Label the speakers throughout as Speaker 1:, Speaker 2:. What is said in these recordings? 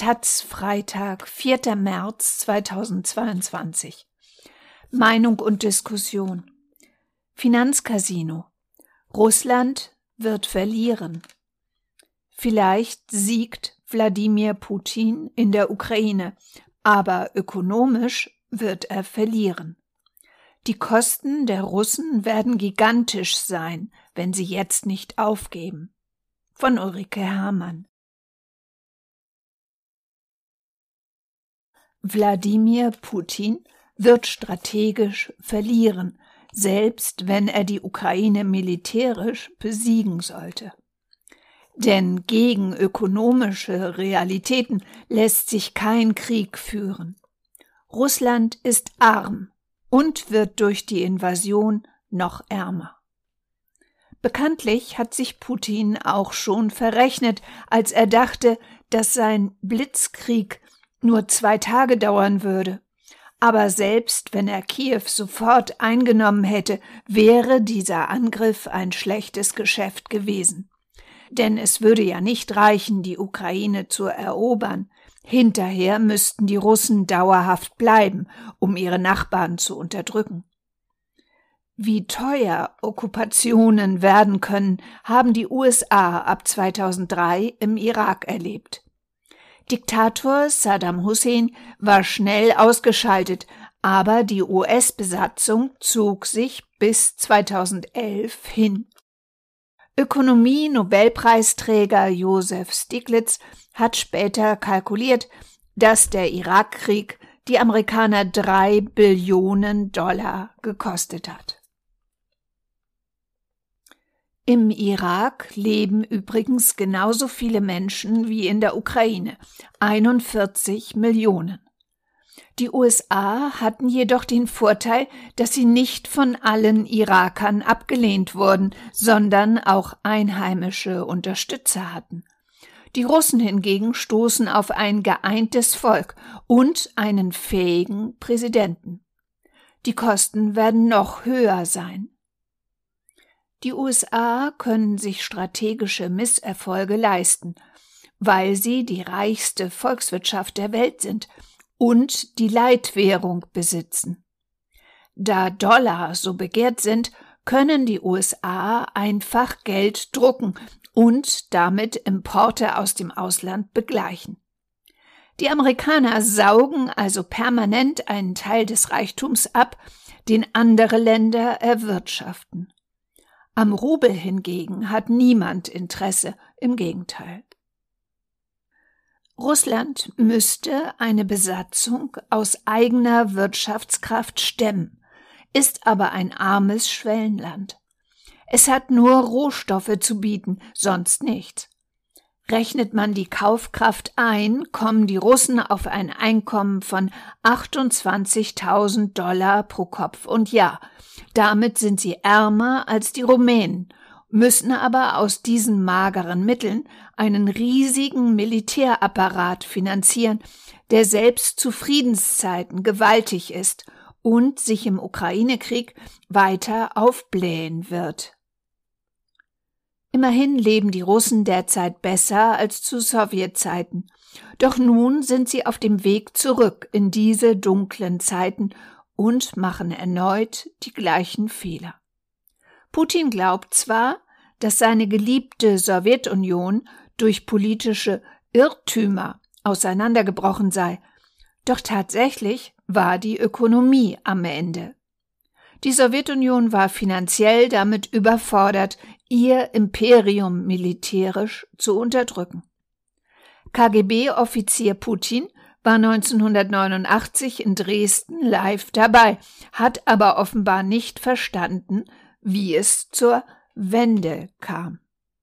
Speaker 1: taz, Freitag, 4. März 2022. Meinung und Diskussion. Finanzcasino. Russland wird verlieren. Vielleicht siegt Wladimir Putin in der Ukraine, aber ökonomisch wird er verlieren. Die Kosten der Russen werden gigantisch sein, wenn sie jetzt nicht aufgeben. Von Ulrike Herrmann. Wladimir Putin wird strategisch verlieren, selbst wenn er die Ukraine militärisch besiegen sollte. Denn gegen ökonomische Realitäten lässt sich kein Krieg führen. Russland ist arm und wird durch die Invasion noch ärmer. Bekanntlich hat sich Putin auch schon verrechnet, als er dachte, dass sein Blitzkrieg nur 2 Tage dauern würde. Aber selbst wenn er Kiew sofort eingenommen hätte, wäre dieser Angriff ein schlechtes Geschäft gewesen. Denn es würde ja nicht reichen, die Ukraine zu erobern. Hinterher müssten die Russen dauerhaft bleiben, um ihre Nachbarn zu unterdrücken. Wie teuer Okkupationen werden können, haben die USA ab 2003 im Irak erlebt. Diktator Saddam Hussein war schnell ausgeschaltet, aber die US-Besatzung zog sich bis 2011 hin. Ökonomie-Nobelpreisträger Joseph Stiglitz hat später kalkuliert, dass der Irakkrieg die Amerikaner $3 Billionen gekostet hat. Im Irak leben übrigens genauso viele Menschen wie in der Ukraine, 41 Millionen. Die USA hatten jedoch den Vorteil, dass sie nicht von allen Irakern abgelehnt wurden, sondern auch einheimische Unterstützer hatten. Die Russen hingegen stoßen auf ein geeintes Volk und einen fähigen Präsidenten. Die Kosten werden noch höher sein. Die USA können sich strategische Misserfolge leisten, weil sie die reichste Volkswirtschaft der Welt sind und die Leitwährung besitzen. Da Dollar so begehrt sind, können die USA einfach Geld drucken und damit Importe aus dem Ausland begleichen. Die Amerikaner saugen also permanent einen Teil des Reichtums ab, den andere Länder erwirtschaften. Am Rubel hingegen hat niemand Interesse, im Gegenteil. Russland müsste eine Besatzung aus eigener Wirtschaftskraft stemmen, ist aber ein armes Schwellenland. Es hat nur Rohstoffe zu bieten, sonst nichts. Rechnet man die Kaufkraft ein, kommen die Russen auf ein Einkommen von $28.000 pro Kopf und Jahr. Damit sind sie ärmer als die Rumänen, müssen aber aus diesen mageren Mitteln einen riesigen Militärapparat finanzieren, der selbst zu Friedenszeiten gewaltig ist und sich im Ukraine-Krieg weiter aufblähen wird. Immerhin leben die Russen derzeit besser als zu Sowjetzeiten. Doch nun sind sie auf dem Weg zurück in diese dunklen Zeiten und machen erneut die gleichen Fehler. Putin glaubt zwar, dass seine geliebte Sowjetunion durch politische Irrtümer auseinandergebrochen sei, doch tatsächlich war die Ökonomie am Ende. Die Sowjetunion war finanziell damit überfordert, ihr Imperium militärisch zu unterdrücken. KGB-Offizier Putin war 1989 in Dresden live dabei, hat aber offenbar nicht verstanden, wie es zur Wende kam.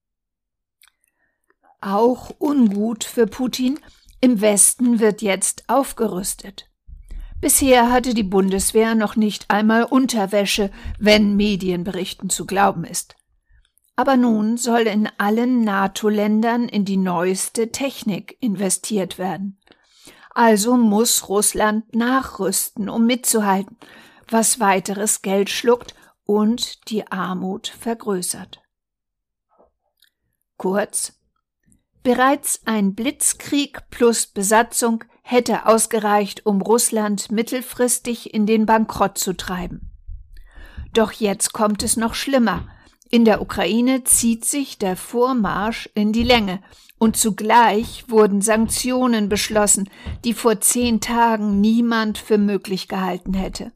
Speaker 1: Auch ungut für Putin, im Westen wird jetzt aufgerüstet. Bisher hatte die Bundeswehr noch nicht einmal Unterwäsche, wenn Medienberichten zu glauben ist. Aber nun soll in allen NATO-Ländern in die neueste Technik investiert werden. Also muss Russland nachrüsten, um mitzuhalten, was weiteres Geld schluckt und die Armut vergrößert. Kurz: Bereits ein Blitzkrieg plus Besatzung hätte ausgereicht, um Russland mittelfristig in den Bankrott zu treiben. Doch jetzt kommt es noch schlimmer. In der Ukraine zieht sich der Vormarsch in die Länge und zugleich wurden Sanktionen beschlossen, die vor 10 Tagen niemand für möglich gehalten hätte.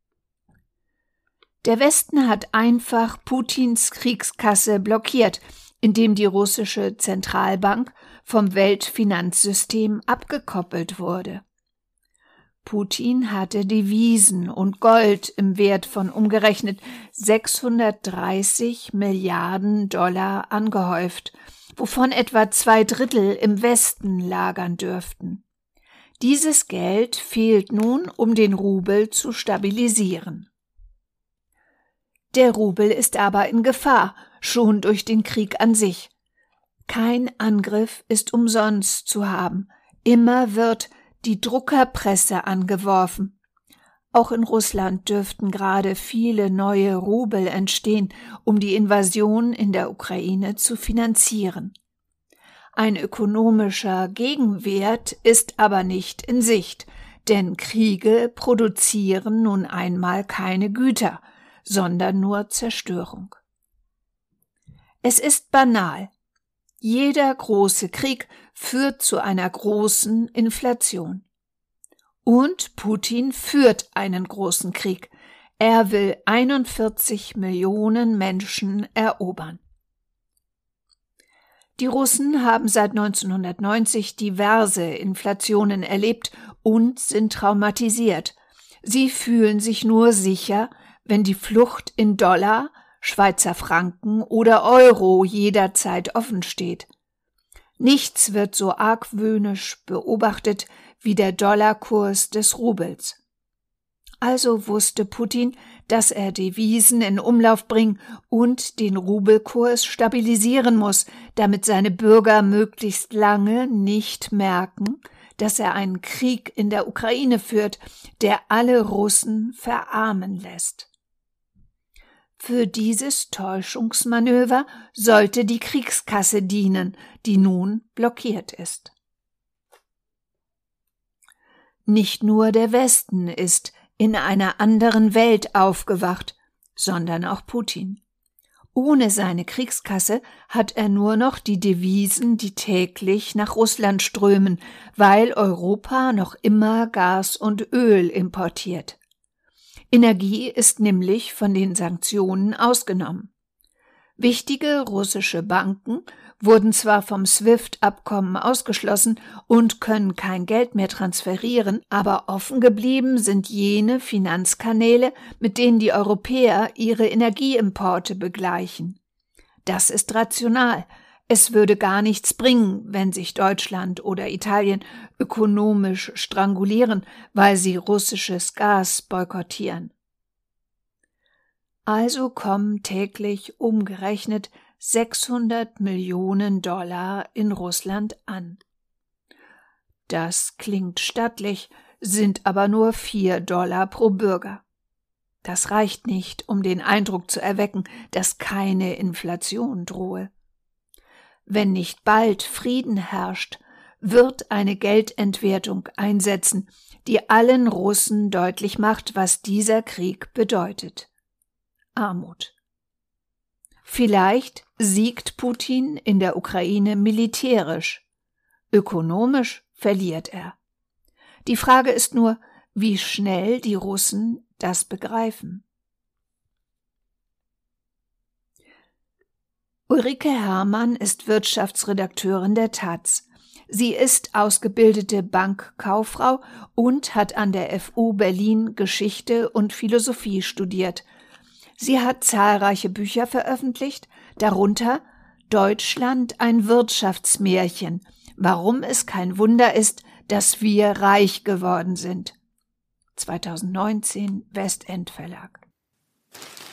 Speaker 1: Der Westen hat einfach Putins Kriegskasse blockiert, indem die russische Zentralbank vom Weltfinanzsystem abgekoppelt wurde. Putin hatte Devisen und Gold im Wert von umgerechnet 630 Milliarden Dollar angehäuft, wovon etwa 2/3 im Westen lagern dürften. Dieses Geld fehlt nun, um den Rubel zu stabilisieren. Der Rubel ist aber in Gefahr, schon durch den Krieg an sich. Kein Angriff ist umsonst zu haben. Immer wird die Druckerpresse angeworfen. Auch in Russland dürften gerade viele neue Rubel entstehen, um die Invasion in der Ukraine zu finanzieren. Ein ökonomischer Gegenwert ist aber nicht in Sicht, denn Kriege produzieren nun einmal keine Güter, sondern nur Zerstörung. Es ist banal. Jeder große Krieg führt zu einer großen Inflation. Und Putin führt einen großen Krieg. Er will 41 Millionen Menschen erobern. Die Russen haben seit 1990 diverse Inflationen erlebt und sind traumatisiert. Sie fühlen sich nur sicher, wenn die Flucht in Dollar, Schweizer Franken oder Euro jederzeit offen steht. Nichts wird so argwöhnisch beobachtet wie der Dollarkurs des Rubels. Also wusste Putin, dass er Devisen in Umlauf bringen und den Rubelkurs stabilisieren muss, damit seine Bürger möglichst lange nicht merken, dass er einen Krieg in der Ukraine führt, der alle Russen verarmen lässt. Für dieses Täuschungsmanöver sollte die Kriegskasse dienen, die nun blockiert ist. Nicht nur der Westen ist in einer anderen Welt aufgewacht, sondern auch Putin. Ohne seine Kriegskasse hat er nur noch die Devisen, die täglich nach Russland strömen, weil Europa noch immer Gas und Öl importiert. Energie ist nämlich von den Sanktionen ausgenommen. Wichtige russische Banken wurden zwar vom SWIFT-Abkommen ausgeschlossen und können kein Geld mehr transferieren, aber offen geblieben sind jene Finanzkanäle, mit denen die Europäer ihre Energieimporte begleichen. Das ist rational. Es würde gar nichts bringen, wenn sich Deutschland oder Italien ökonomisch strangulieren, weil sie russisches Gas boykottieren. Also kommen täglich umgerechnet 600 Millionen Dollar in Russland an. Das klingt stattlich, sind aber nur $4 pro Bürger. Das reicht nicht, um den Eindruck zu erwecken, dass keine Inflation drohe. Wenn nicht bald Frieden herrscht, wird eine Geldentwertung einsetzen, die allen Russen deutlich macht, was dieser Krieg bedeutet. Armut. Vielleicht siegt Putin in der Ukraine militärisch. Ökonomisch verliert er. Die Frage ist nur, wie schnell die Russen das begreifen. Ulrike Herrmann ist Wirtschaftsredakteurin der taz. Sie ist ausgebildete Bankkauffrau und hat an der FU Berlin Geschichte und Philosophie studiert. Sie hat zahlreiche Bücher veröffentlicht, darunter Deutschland ein Wirtschaftsmärchen, warum es kein Wunder ist, dass wir reich geworden sind. 2019, Westend Verlag.